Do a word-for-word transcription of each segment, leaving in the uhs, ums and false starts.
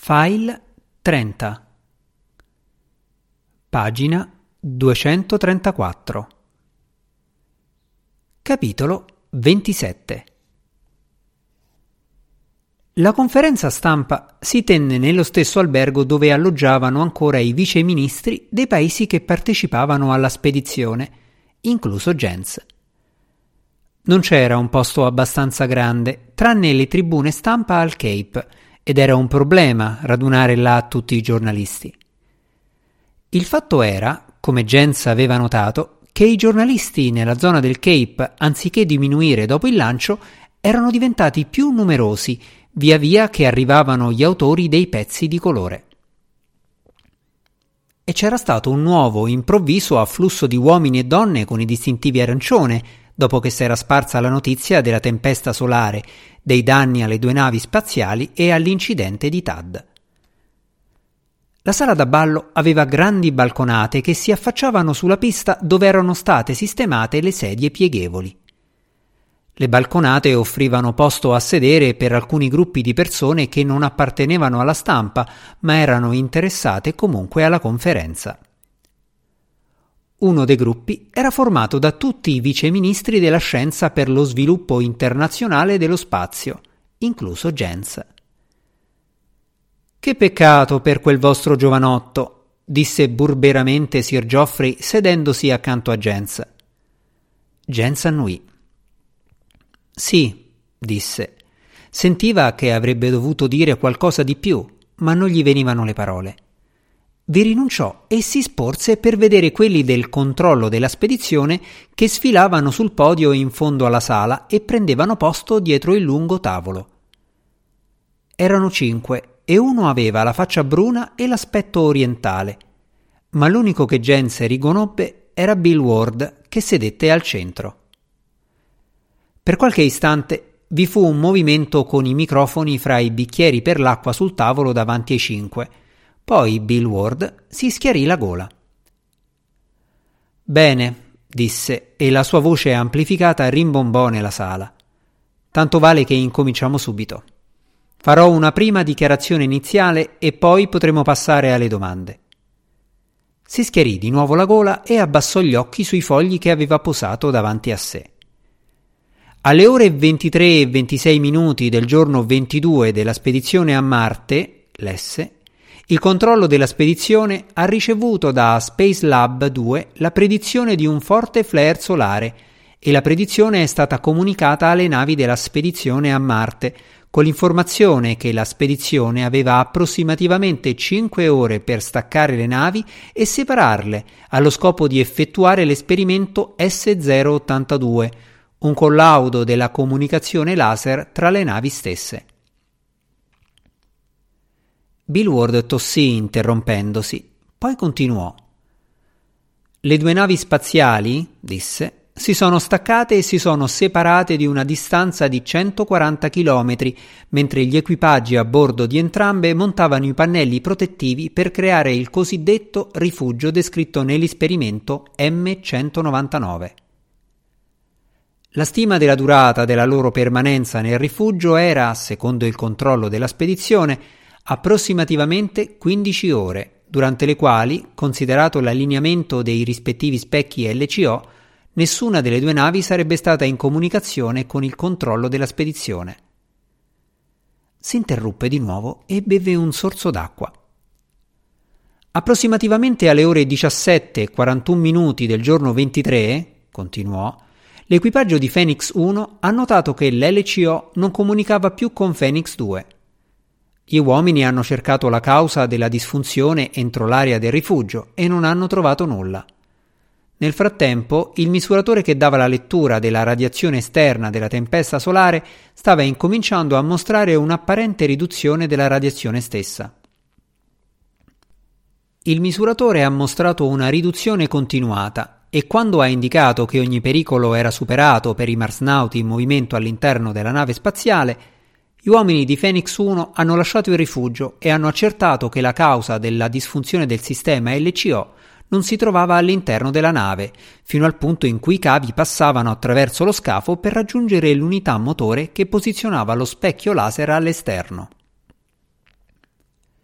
File trenta. Pagina duecentotrentaquattro. Capitolo ventisette. La conferenza stampa si tenne nello stesso albergo dove alloggiavano ancora i viceministri dei paesi che partecipavano alla spedizione, incluso Jens. Non c'era un posto abbastanza grande, tranne le tribune stampa al Cape, ed era un problema radunare là tutti i giornalisti. Il fatto era, come Jens aveva notato, che i giornalisti nella zona del Cape, anziché diminuire dopo il lancio, erano diventati più numerosi via via che arrivavano gli autori dei pezzi di colore. E c'era stato un nuovo, improvviso afflusso di uomini e donne con i distintivi arancione, dopo che s'era sparsa la notizia della tempesta solare, dei danni alle due navi spaziali e all'incidente di T A D. La sala da ballo aveva grandi balconate che si affacciavano sulla pista dove erano state sistemate le sedie pieghevoli. Le balconate offrivano posto a sedere per alcuni gruppi di persone che non appartenevano alla stampa, ma erano interessate comunque alla conferenza. Uno dei gruppi era formato da tutti i viceministri della scienza per lo sviluppo internazionale dello spazio, incluso Jens. «Che peccato per quel vostro giovanotto», disse burberamente Sir Geoffrey sedendosi accanto a Jens. Jens annuì. «Sì», disse. Sentiva che avrebbe dovuto dire qualcosa di più, ma non gli venivano le parole. Vi rinunciò e si sporse per vedere quelli del controllo della spedizione che sfilavano sul podio in fondo alla sala e prendevano posto dietro il lungo tavolo. Erano cinque e uno aveva la faccia bruna e l'aspetto orientale, ma l'unico che Jens riconobbe era Bill Ward, che sedette al centro. Per qualche istante vi fu un movimento con i microfoni fra i bicchieri per l'acqua sul tavolo davanti ai cinque. Poi Bill Ward si schiarì la gola. «Bene», disse, e la sua voce amplificata rimbombò nella sala. «Tanto vale che incominciamo subito. Farò una prima dichiarazione iniziale e poi potremo passare alle domande». Si schiarì di nuovo la gola e abbassò gli occhi sui fogli che aveva posato davanti a sé. Alle ore ventitré e ventisei minuti del giorno ventidue della spedizione a Marte, lesse, il controllo della spedizione ha ricevuto da Space Lab due la predizione di un forte flare solare e la predizione è stata comunicata alle navi della spedizione a Marte con l'informazione che la spedizione aveva approssimativamente cinque ore per staccare le navi e separarle allo scopo di effettuare l'esperimento S zero ottantadue, un collaudo della comunicazione laser tra le navi stesse. Bill Ward tossì interrompendosi, poi continuò. «Le due navi spaziali», disse, «si sono staccate e si sono separate di una distanza di centoquaranta chilometri, mentre gli equipaggi a bordo di entrambe montavano i pannelli protettivi per creare il cosiddetto rifugio descritto nell'esperimento M centonovantanove. La stima della durata della loro permanenza nel rifugio era, secondo il controllo della spedizione, approssimativamente quindici ore, durante le quali, considerato l'allineamento dei rispettivi specchi L C O, nessuna delle due navi sarebbe stata in comunicazione con il controllo della spedizione. Si interruppe di nuovo e beve un sorso d'acqua. Approssimativamente alle ore diciassette e quarantuno minuti del giorno ventitré, continuò, l'equipaggio di Phoenix uno ha notato che l'L C O non comunicava più con Phoenix due. Gli uomini hanno cercato la causa della disfunzione entro l'area del rifugio e non hanno trovato nulla. Nel frattempo, il misuratore che dava la lettura della radiazione esterna della tempesta solare stava incominciando a mostrare un'apparente riduzione della radiazione stessa. Il misuratore ha mostrato una riduzione continuata e quando ha indicato che ogni pericolo era superato per i marsnauti in movimento all'interno della nave spaziale, gli uomini di Phoenix uno hanno lasciato il rifugio e hanno accertato che la causa della disfunzione del sistema L C O non si trovava all'interno della nave, fino al punto in cui i cavi passavano attraverso lo scafo per raggiungere l'unità motore che posizionava lo specchio laser all'esterno.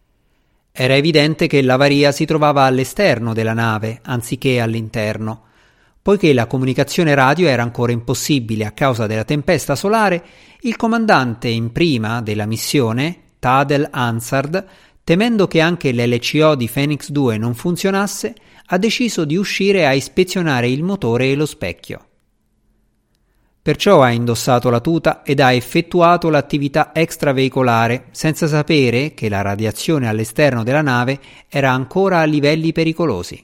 Era evidente che l'avaria si trovava all'esterno della nave, anziché all'interno. Poiché la comunicazione radio era ancora impossibile a causa della tempesta solare, il comandante in prima della missione, Tadel Hansard, temendo che anche l'L C O di Phoenix due non funzionasse, ha deciso di uscire a ispezionare il motore e lo specchio. Perciò ha indossato la tuta ed ha effettuato l'attività extraveicolare, senza sapere che la radiazione all'esterno della nave era ancora a livelli pericolosi.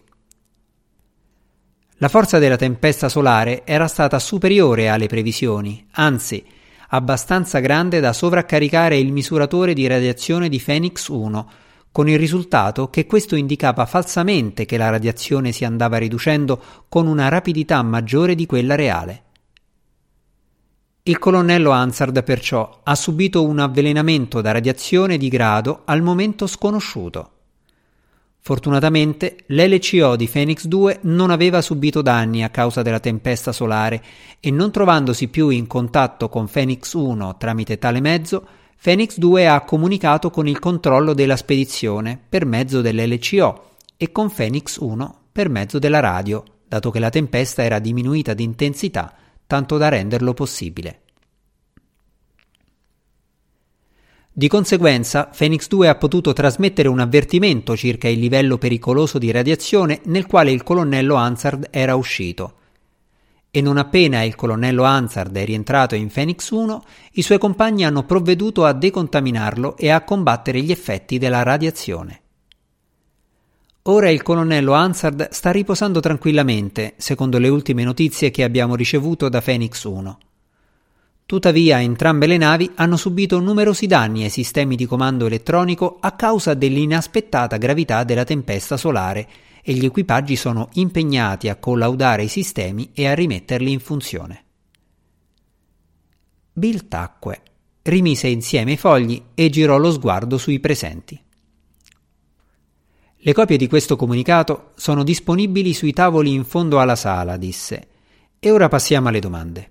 La forza della tempesta solare era stata superiore alle previsioni, anzi, abbastanza grande da sovraccaricare il misuratore di radiazione di Phoenix uno, con il risultato che questo indicava falsamente che la radiazione si andava riducendo con una rapidità maggiore di quella reale. Il colonnello Hansard perciò ha subito un avvelenamento da radiazione di grado al momento sconosciuto. Fortunatamente l'L C O di Phoenix due non aveva subito danni a causa della tempesta solare e non trovandosi più in contatto con Phoenix uno tramite tale mezzo, Phoenix due ha comunicato con il controllo della spedizione per mezzo dell'L C O e con Phoenix uno per mezzo della radio, dato che la tempesta era diminuita di intensità tanto da renderlo possibile. Di conseguenza, Phoenix due ha potuto trasmettere un avvertimento circa il livello pericoloso di radiazione nel quale il colonnello Hansard era uscito. E non appena il colonnello Hansard è rientrato in Phoenix uno, i suoi compagni hanno provveduto a decontaminarlo e a combattere gli effetti della radiazione. Ora il colonnello Hansard sta riposando tranquillamente, secondo le ultime notizie che abbiamo ricevuto da Phoenix uno. Tuttavia entrambe le navi hanno subito numerosi danni ai sistemi di comando elettronico a causa dell'inaspettata gravità della tempesta solare e gli equipaggi sono impegnati a collaudare i sistemi e a rimetterli in funzione. Bill tacque, rimise insieme i fogli e girò lo sguardo sui presenti. Le copie di questo comunicato sono disponibili sui tavoli in fondo alla sala, disse, e ora passiamo alle domande.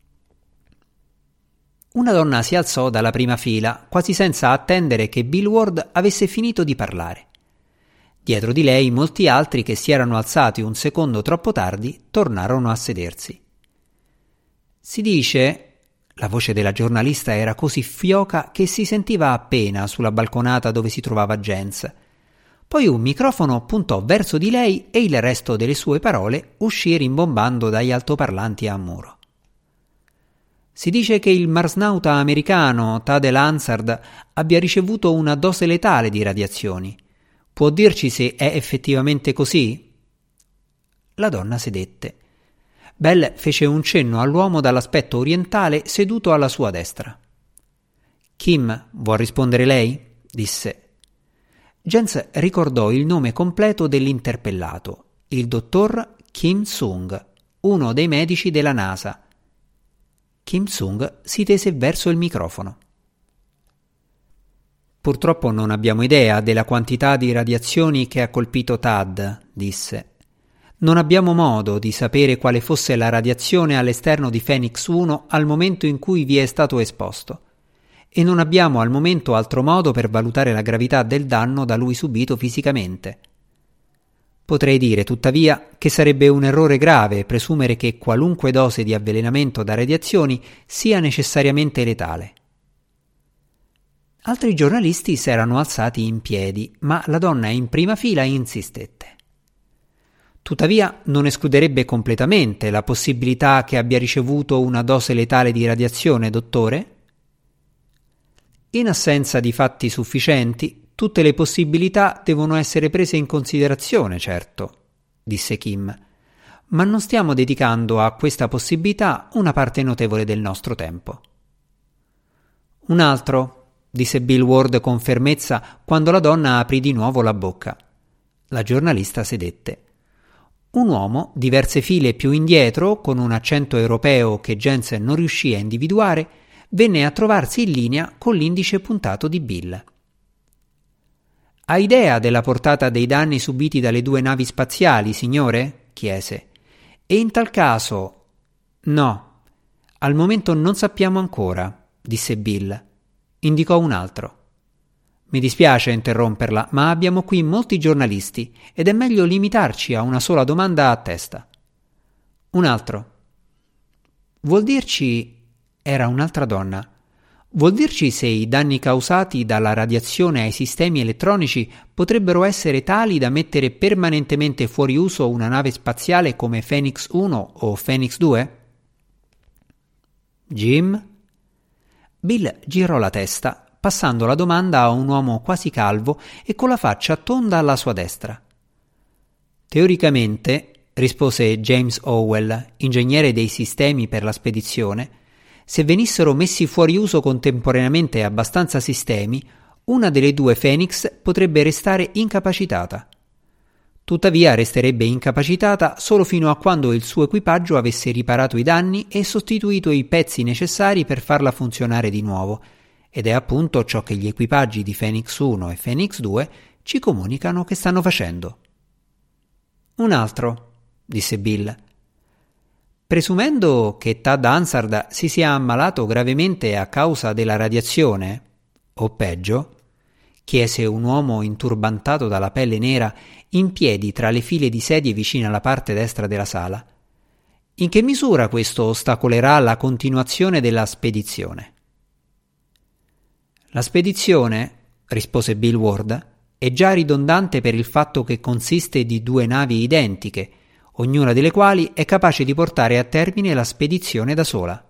Una donna si alzò dalla prima fila, quasi senza attendere che Bill Ward avesse finito di parlare. Dietro di lei molti altri che si erano alzati un secondo troppo tardi tornarono a sedersi. Si dice... La voce della giornalista era così fioca che si sentiva appena sulla balconata dove si trovava Jens. Poi un microfono puntò verso di lei e il resto delle sue parole uscì rimbombando dagli altoparlanti a muro. Si dice che il marsnauta americano Tadel Hansard abbia ricevuto una dose letale di radiazioni. Può dirci se è effettivamente così? La donna sedette. Bell fece un cenno all'uomo dall'aspetto orientale seduto alla sua destra. Kim, vuol rispondere lei? Disse. Jens ricordò il nome completo dell'interpellato, il dottor Kim Sung, uno dei medici della NASA. Kim Sung si tese verso il microfono. Purtroppo non abbiamo idea della quantità di radiazioni che ha colpito Tad, disse. Non abbiamo modo di sapere quale fosse la radiazione all'esterno di Phoenix uno al momento in cui vi è stato esposto. E non abbiamo al momento altro modo per valutare la gravità del danno da lui subito fisicamente. Potrei dire, tuttavia, che sarebbe un errore grave presumere che qualunque dose di avvelenamento da radiazioni sia necessariamente letale. Altri giornalisti s'erano alzati in piedi, ma la donna in prima fila insistette. Tuttavia non escluderebbe completamente la possibilità che abbia ricevuto una dose letale di radiazione, dottore? In assenza di fatti sufficienti, tutte le possibilità devono essere prese in considerazione, certo, disse Kim, ma non stiamo dedicando a questa possibilità una parte notevole del nostro tempo. Un altro, disse Bill Ward con fermezza quando la donna aprì di nuovo la bocca. La giornalista sedette. Un uomo, diverse file più indietro, con un accento europeo che Jensen non riuscì a individuare, venne a trovarsi in linea con l'indice puntato di Bill. Ha idea della portata dei danni subiti dalle due navi spaziali, signore? Chiese. E in tal caso... No, al momento non sappiamo ancora, disse Bill. Indicò un altro. Mi dispiace interromperla, ma abbiamo qui molti giornalisti ed è meglio limitarci a una sola domanda a testa. Un altro. Vuol dirci... Era un'altra donna. Vuol dirci se i danni causati dalla radiazione ai sistemi elettronici potrebbero essere tali da mettere permanentemente fuori uso una nave spaziale come Phoenix uno o Phoenix due? Jim? Bill girò la testa, passando la domanda a un uomo quasi calvo e con la faccia tonda alla sua destra. Teoricamente, rispose James Howell, ingegnere dei sistemi per la spedizione, se venissero messi fuori uso contemporaneamente abbastanza sistemi, una delle due Phoenix potrebbe restare incapacitata. Tuttavia resterebbe incapacitata solo fino a quando il suo equipaggio avesse riparato i danni e sostituito i pezzi necessari per farla funzionare di nuovo, ed è appunto ciò che gli equipaggi di Phoenix uno e Phoenix due ci comunicano che stanno facendo. Un altro, disse Bill. Presumendo che Tad Hansard si sia ammalato gravemente a causa della radiazione, o peggio, chiese un uomo inturbantato dalla pelle nera in piedi tra le file di sedie vicine alla parte destra della sala, in che misura questo ostacolerà la continuazione della spedizione? La spedizione, rispose Bill Ward, è già ridondante per il fatto che consiste di due navi identiche, ognuna delle quali è capace di portare a termine la spedizione da sola.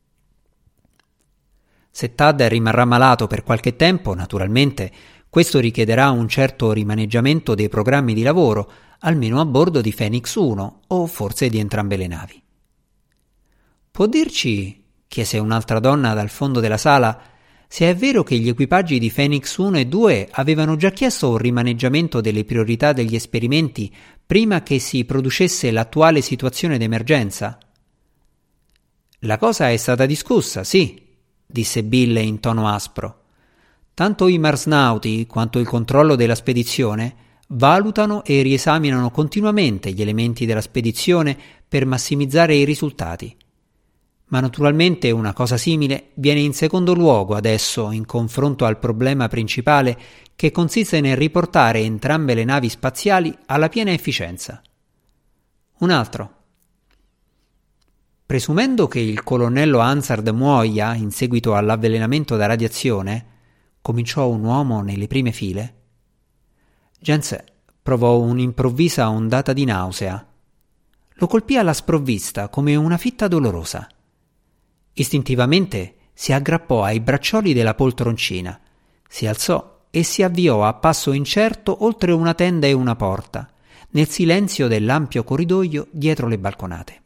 Se Tad rimarrà malato per qualche tempo, naturalmente, questo richiederà un certo rimaneggiamento dei programmi di lavoro, almeno a bordo di Phoenix uno o forse di entrambe le navi. Può dirci, chiese un'altra donna dal fondo della sala, se è vero che gli equipaggi di Phoenix uno e due avevano già chiesto un rimaneggiamento delle priorità degli esperimenti prima che si producesse l'attuale situazione d'emergenza? La cosa è stata discussa, sì, disse Bill in tono aspro. Tanto i marsnauti quanto il controllo della spedizione valutano e riesaminano continuamente gli elementi della spedizione per massimizzare i risultati. Ma naturalmente una cosa simile viene in secondo luogo adesso in confronto al problema principale che consiste nel riportare entrambe le navi spaziali alla piena efficienza. Un altro. Presumendo che il colonnello Hansard muoia in seguito all'avvelenamento da radiazione, cominciò un uomo nelle prime file. Jens provò un'improvvisa ondata di nausea. Lo colpì alla sprovvista come una fitta dolorosa. Istintivamente si aggrappò ai braccioli della poltroncina, si alzò e si avviò a passo incerto oltre una tenda e una porta, nel silenzio dell'ampio corridoio dietro le balconate.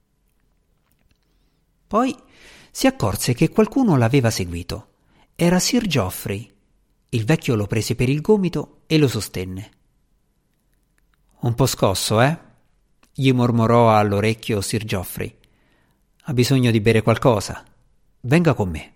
Poi si accorse che qualcuno l'aveva seguito. Era Sir Geoffrey. Il vecchio lo prese per il gomito e lo sostenne. Un po' scosso, eh? Gli mormorò all'orecchio Sir Geoffrey. Ha bisogno di bere qualcosa. Venga con me.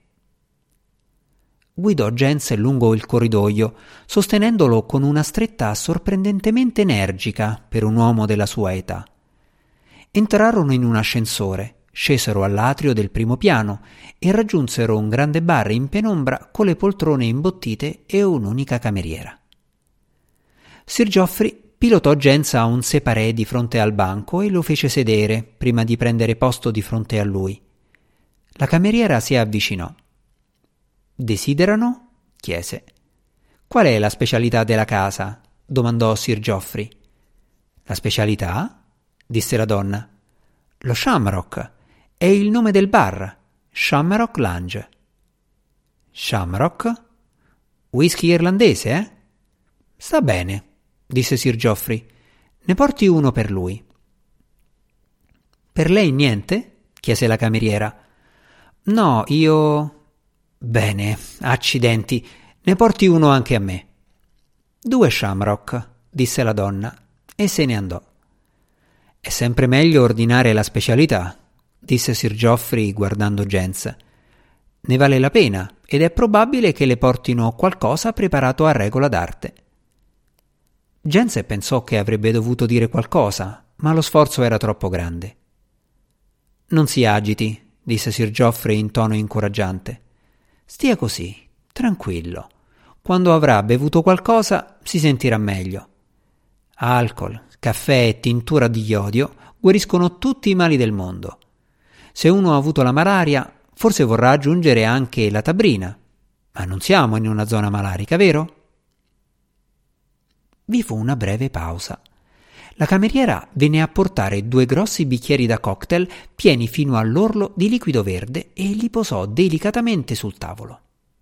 Guidò Jens lungo il corridoio, sostenendolo con una stretta sorprendentemente energica per un uomo della sua età. Entrarono in un ascensore, scesero all'atrio del primo piano e raggiunsero un grande bar in penombra con le poltrone imbottite e un'unica cameriera. Sir Geoffrey pilotò Jens a un separé di fronte al banco e lo fece sedere prima di prendere posto di fronte a lui. La cameriera si avvicinò. «Desiderano?» chiese. «Qual è la specialità della casa?» domandò Sir Geoffrey. «La specialità?» disse la donna. «Lo Shamrock. È il nome del bar. Shamrock Lounge». «Shamrock? Whisky irlandese, eh?» «Sta bene», disse Sir Geoffrey. «Ne porti uno per lui». «Per lei niente?» chiese la cameriera. «No, io...» «Bene, accidenti, ne porti uno anche a me». «Due Shamrock», disse la donna, e se ne andò. «È sempre meglio ordinare la specialità», disse Sir Geoffrey guardando Jens. «Ne vale la pena, ed è probabile che le portino qualcosa preparato a regola d'arte». Jens pensò che avrebbe dovuto dire qualcosa, ma lo sforzo era troppo grande. «Non si agiti», disse Sir Geoffrey in tono incoraggiante. «Stia così, tranquillo. Quando avrà bevuto qualcosa si sentirà meglio. Alcol, caffè e tintura di iodio guariscono tutti i mali del mondo. Se uno ha avuto la malaria, forse vorrà aggiungere anche la tabrina. Ma non siamo in una zona malarica, vero? Vi fu una breve pausa. La cameriera venne a portare due grossi bicchieri da cocktail pieni fino all'orlo di liquido verde e li posò delicatamente sul tavolo.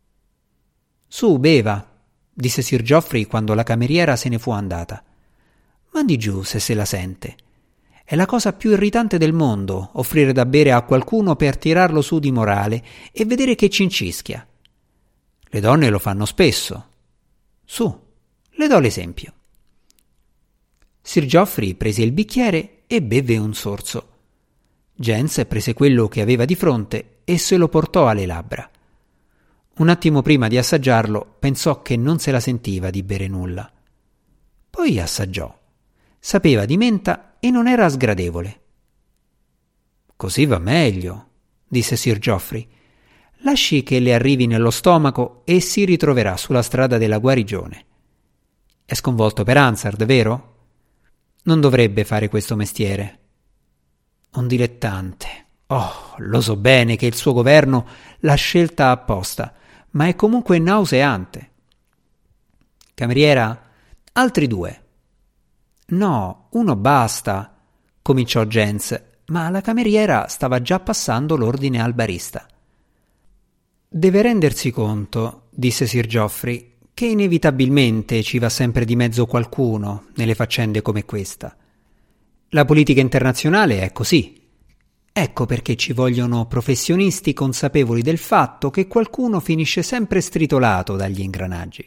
«Su, beva», disse Sir Geoffrey quando la cameriera se ne fu andata. «Mandi giù se se la sente. È la cosa più irritante del mondo offrire da bere a qualcuno per tirarlo su di morale e vedere che cincischia. Le donne lo fanno spesso. Su, le do l'esempio». Sir Geoffrey prese il bicchiere e beve un sorso. Jens prese quello che aveva di fronte e se lo portò alle labbra. Un attimo prima di assaggiarlo pensò che non se la sentiva di bere nulla. Poi assaggiò. Sapeva di menta e non era sgradevole. «Così va meglio», disse Sir Geoffrey. «Lasci che le arrivi nello stomaco e si ritroverà sulla strada della guarigione. È sconvolto per Hansard, vero? Non dovrebbe fare questo mestiere. Un dilettante. Oh, lo so bene che il suo governo l'ha scelta apposta, ma è comunque nauseante. Cameriera, altri due». «No, uno basta», cominciò Jens, ma la cameriera stava già passando l'ordine al barista. «Deve rendersi conto», disse Sir Geoffrey, «che inevitabilmente ci va sempre di mezzo qualcuno nelle faccende come questa. La politica internazionale è così. Ecco perché ci vogliono professionisti consapevoli del fatto che qualcuno finisce sempre stritolato dagli ingranaggi.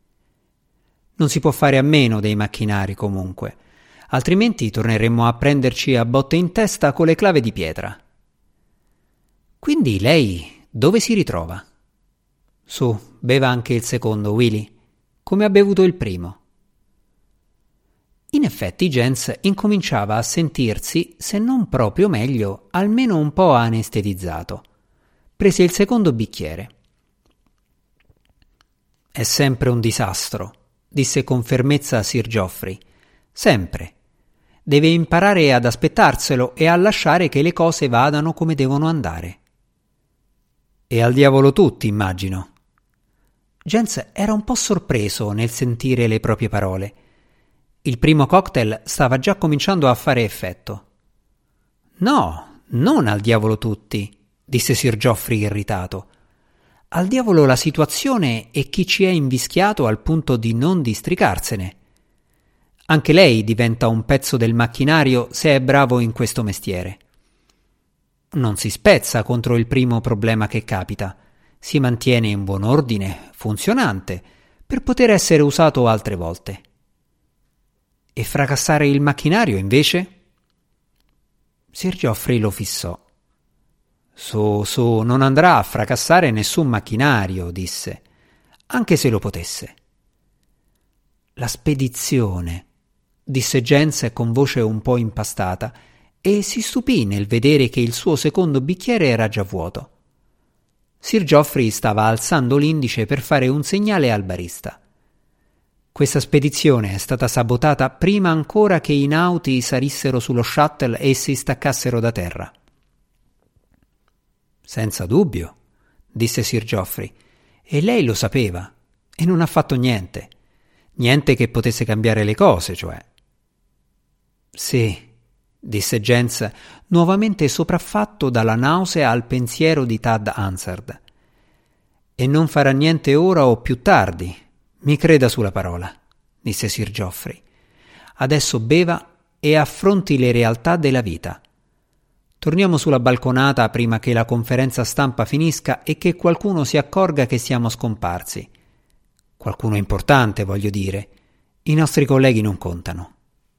Non si può fare a meno dei macchinari comunque, altrimenti torneremmo a prenderci a botte in testa con le clave di pietra. Quindi lei dove si ritrova? Su, beva anche il secondo, Willy, come ha bevuto il primo». In effetti Jens incominciava a sentirsi, se non proprio meglio, almeno un po' anestetizzato. Prese il secondo bicchiere. «È sempre un disastro», disse con fermezza Sir Geoffrey. «Sempre. Deve imparare ad aspettarselo e a lasciare che le cose vadano come devono andare». «E al diavolo tutti, immagino». Jens era un po' sorpreso nel sentire le proprie parole. Il primo cocktail stava già cominciando a fare effetto. «No, non al diavolo tutti», disse Sir Geoffrey irritato. «Al diavolo la situazione e chi ci è invischiato al punto di non districarsene. Anche lei diventa un pezzo del macchinario se è bravo in questo mestiere. Non si spezza contro il primo problema che capita, si mantiene in buon ordine, funzionante, per poter essere usato altre volte. E fracassare il macchinario, invece?» Sir Geoffrey lo fissò. «Su, su, non andrà a fracassare nessun macchinario», disse, «anche se lo potesse». «La spedizione», disse Jens con voce un po' impastata, e si stupì nel vedere che il suo secondo bicchiere era già vuoto. Sir Geoffrey stava alzando l'indice per fare un segnale al barista. Questa spedizione è stata sabotata prima ancora che i nauti salissero sullo shuttle e si staccassero da terra. «Senza dubbio», disse Sir Geoffrey, «e lei lo sapeva, e non ha fatto niente. Niente che potesse cambiare le cose, cioè». «Sì», disse Jens, nuovamente sopraffatto dalla nausea al pensiero di Tad Hansard. «E non farà niente ora o più tardi. Mi creda sulla parola», disse Sir Geoffrey. «Adesso beva e affronti le realtà della vita. Torniamo sulla balconata prima che la conferenza stampa finisca e che qualcuno si accorga che siamo scomparsi. Qualcuno importante, voglio dire. I nostri colleghi non contano».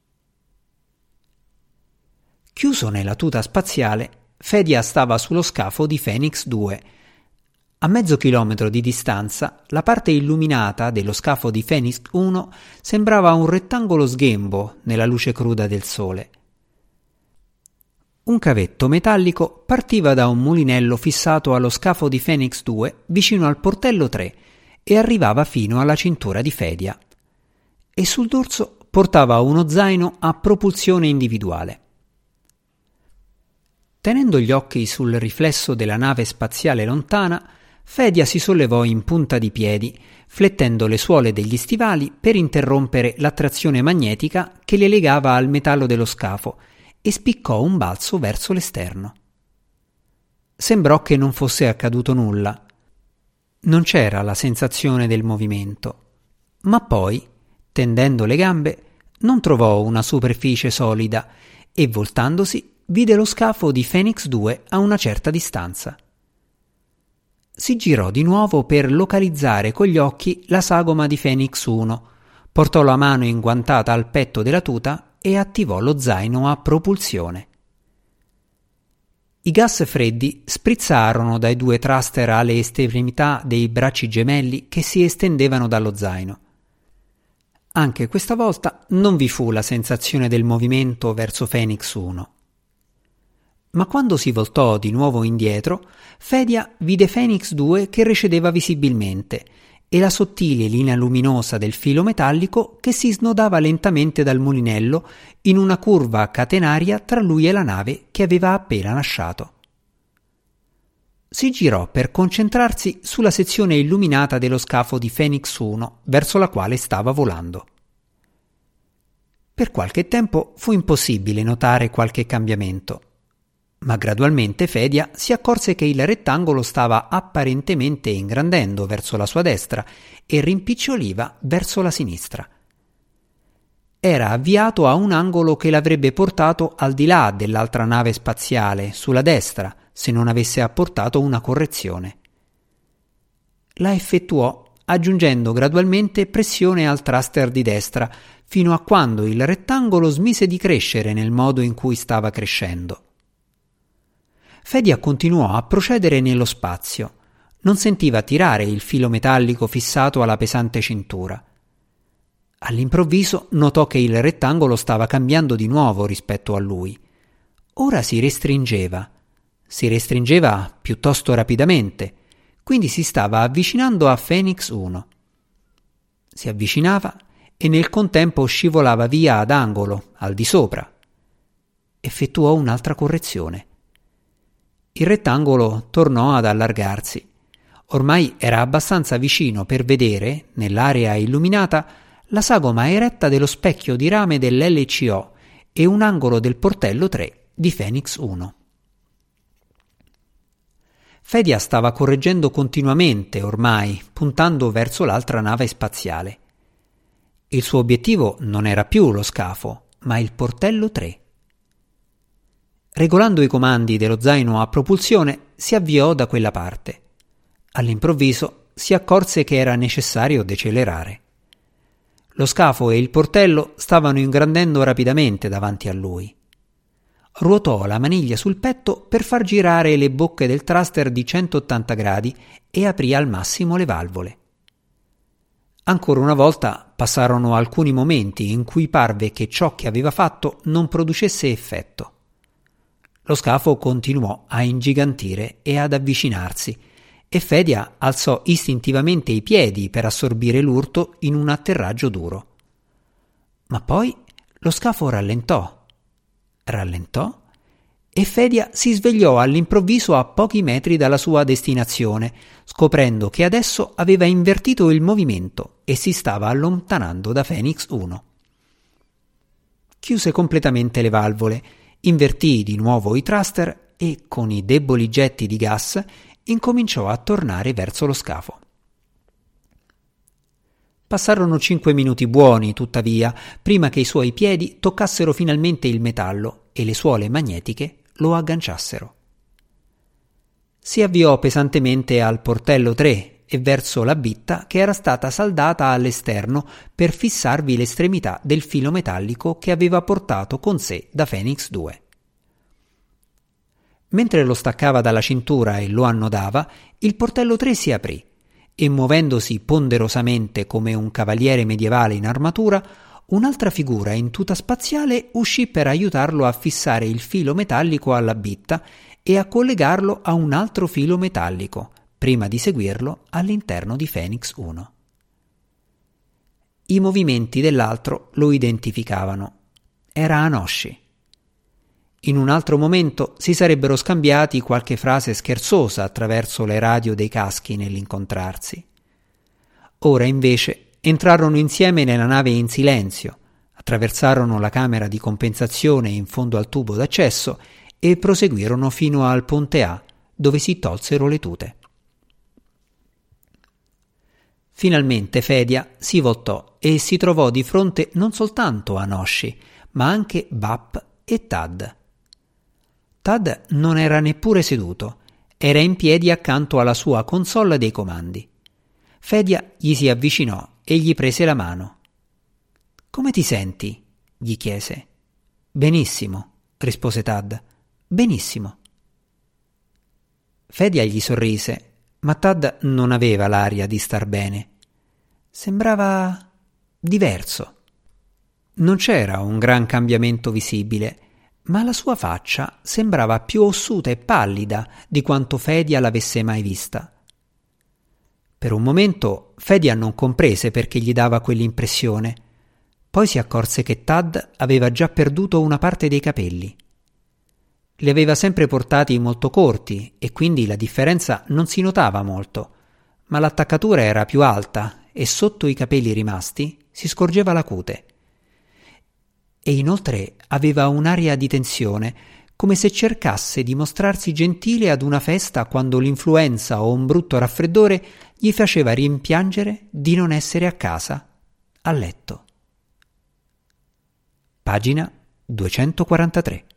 Chiuso nella tuta spaziale, Fedia stava sullo scafo di Phoenix due. A mezzo chilometro di distanza, la parte illuminata dello scafo di Phoenix uno sembrava un rettangolo sghembo nella luce cruda del sole. Un cavetto metallico partiva da un mulinello fissato allo scafo di Phoenix due vicino al portello tre e arrivava fino alla cintura di Fedia, e sul dorso portava uno zaino a propulsione individuale. Tenendo gli occhi sul riflesso della nave spaziale lontana, Fedia si sollevò in punta di piedi, flettendo le suole degli stivali per interrompere l'attrazione magnetica che le legava al metallo dello scafo, e spiccò un balzo verso l'esterno. Sembrò che non fosse accaduto nulla. Non c'era la sensazione del movimento, ma poi, tendendo le gambe, non trovò una superficie solida e, voltandosi, vide lo scafo di Phoenix due a una certa distanza. Si girò di nuovo per localizzare con gli occhi la sagoma di Phoenix uno, portò la mano inguantata al petto della tuta e attivò lo zaino a propulsione. I gas freddi sprizzarono dai due thruster alle estremità dei bracci gemelli che si estendevano dallo zaino. Anche questa volta non vi fu la sensazione del movimento verso Phoenix uno. Ma quando si voltò di nuovo indietro, Fedia vide Phoenix due che recedeva visibilmente e la sottile linea luminosa del filo metallico che si snodava lentamente dal mulinello in una curva catenaria tra lui e la nave che aveva appena lasciato. Si girò per concentrarsi sulla sezione illuminata dello scafo di Phoenix uno verso la quale stava volando. Per qualche tempo fu impossibile notare qualche cambiamento, ma gradualmente Fedia si accorse che il rettangolo stava apparentemente ingrandendo verso la sua destra e rimpiccioliva verso la sinistra. Era avviato a un angolo che l'avrebbe portato al di là dell'altra nave spaziale, sulla destra, se non avesse apportato una correzione. La effettuò aggiungendo gradualmente pressione al thruster di destra, fino a quando il rettangolo smise di crescere nel modo in cui stava crescendo. Fedia continuò a procedere nello spazio. Non sentiva tirare il filo metallico fissato alla pesante cintura. All'improvviso notò che il rettangolo stava cambiando di nuovo rispetto a lui. Ora si restringeva. Si restringeva piuttosto rapidamente, quindi si stava avvicinando a Phoenix uno. Si avvicinava e nel contempo scivolava via ad angolo, al di sopra. Effettuò un'altra correzione. Il rettangolo tornò ad allargarsi. Ormai era abbastanza vicino per vedere, nell'area illuminata, la sagoma eretta dello specchio di rame dell'L C O e un angolo del portello tre di Phoenix uno. Fedia stava correggendo continuamente ormai, puntando verso l'altra nave spaziale. Il suo obiettivo non era più lo scafo, ma il portello tre. Regolando i comandi dello zaino a propulsione, si avviò da quella parte. All'improvviso si accorse che era necessario decelerare. Lo scafo e il portello stavano ingrandendo rapidamente davanti a lui. Ruotò la maniglia sul petto per far girare le bocche del thruster di centottanta gradi e aprì al massimo le valvole. Ancora una volta passarono alcuni momenti in cui parve che ciò che aveva fatto non producesse effetto. Lo scafo continuò a ingigantire e ad avvicinarsi, e Fedia alzò istintivamente i piedi per assorbire l'urto in un atterraggio duro. Ma poi lo scafo rallentò, rallentò, e Fedia si svegliò all'improvviso a pochi metri dalla sua destinazione, scoprendo che adesso aveva invertito il movimento e si stava allontanando da Phoenix uno. Chiuse completamente le valvole, invertì di nuovo i thruster e, con i deboli getti di gas, incominciò a tornare verso lo scafo. Passarono cinque minuti buoni, tuttavia, prima che i suoi piedi toccassero finalmente il metallo e le suole magnetiche lo agganciassero. Si avviò pesantemente al portello tre e verso la bitta che era stata saldata all'esterno per fissarvi l'estremità del filo metallico che aveva portato con sé da Phoenix due. Mentre lo staccava dalla cintura e lo annodava, il portello tre si aprì e, muovendosi ponderosamente come un cavaliere medievale in armatura, un'altra figura in tuta spaziale uscì per aiutarlo a fissare il filo metallico alla bitta e a collegarlo a un altro filo metallico, prima di seguirlo all'interno di Phoenix uno. I movimenti dell'altro lo identificavano. Era Anoshi. In un altro momento si sarebbero scambiati qualche frase scherzosa attraverso le radio dei caschi nell'incontrarsi. Ora invece entrarono insieme nella nave in silenzio, attraversarono la camera di compensazione in fondo al tubo d'accesso e proseguirono fino al ponte A, dove si tolsero le tute. Finalmente Fedia si voltò e si trovò di fronte non soltanto Anoshi, ma anche Bap e Tad. Tad non era neppure seduto, era in piedi accanto alla sua console dei comandi. Fedia gli si avvicinò e gli prese la mano. «Come ti senti?» gli chiese. «Benissimo», rispose Tad. «Benissimo». Fedia gli sorrise, ma Tad non aveva l'aria di star bene. Sembrava diverso. Non c'era un gran cambiamento visibile, ma la sua faccia sembrava più ossuta e pallida di quanto Fedia l'avesse mai vista. Per un momento Fedia non comprese perché gli dava quell'impressione. Poi si accorse che Tad aveva già perduto una parte dei capelli. Li aveva sempre portati molto corti e quindi la differenza non si notava molto, ma l'attaccatura era più alta e sotto i capelli rimasti si scorgeva la cute. E inoltre aveva un'aria di tensione, come se cercasse di mostrarsi gentile ad una festa quando l'influenza o un brutto raffreddore gli faceva rimpiangere di non essere a casa, a letto. Pagina duecentoquarantatré.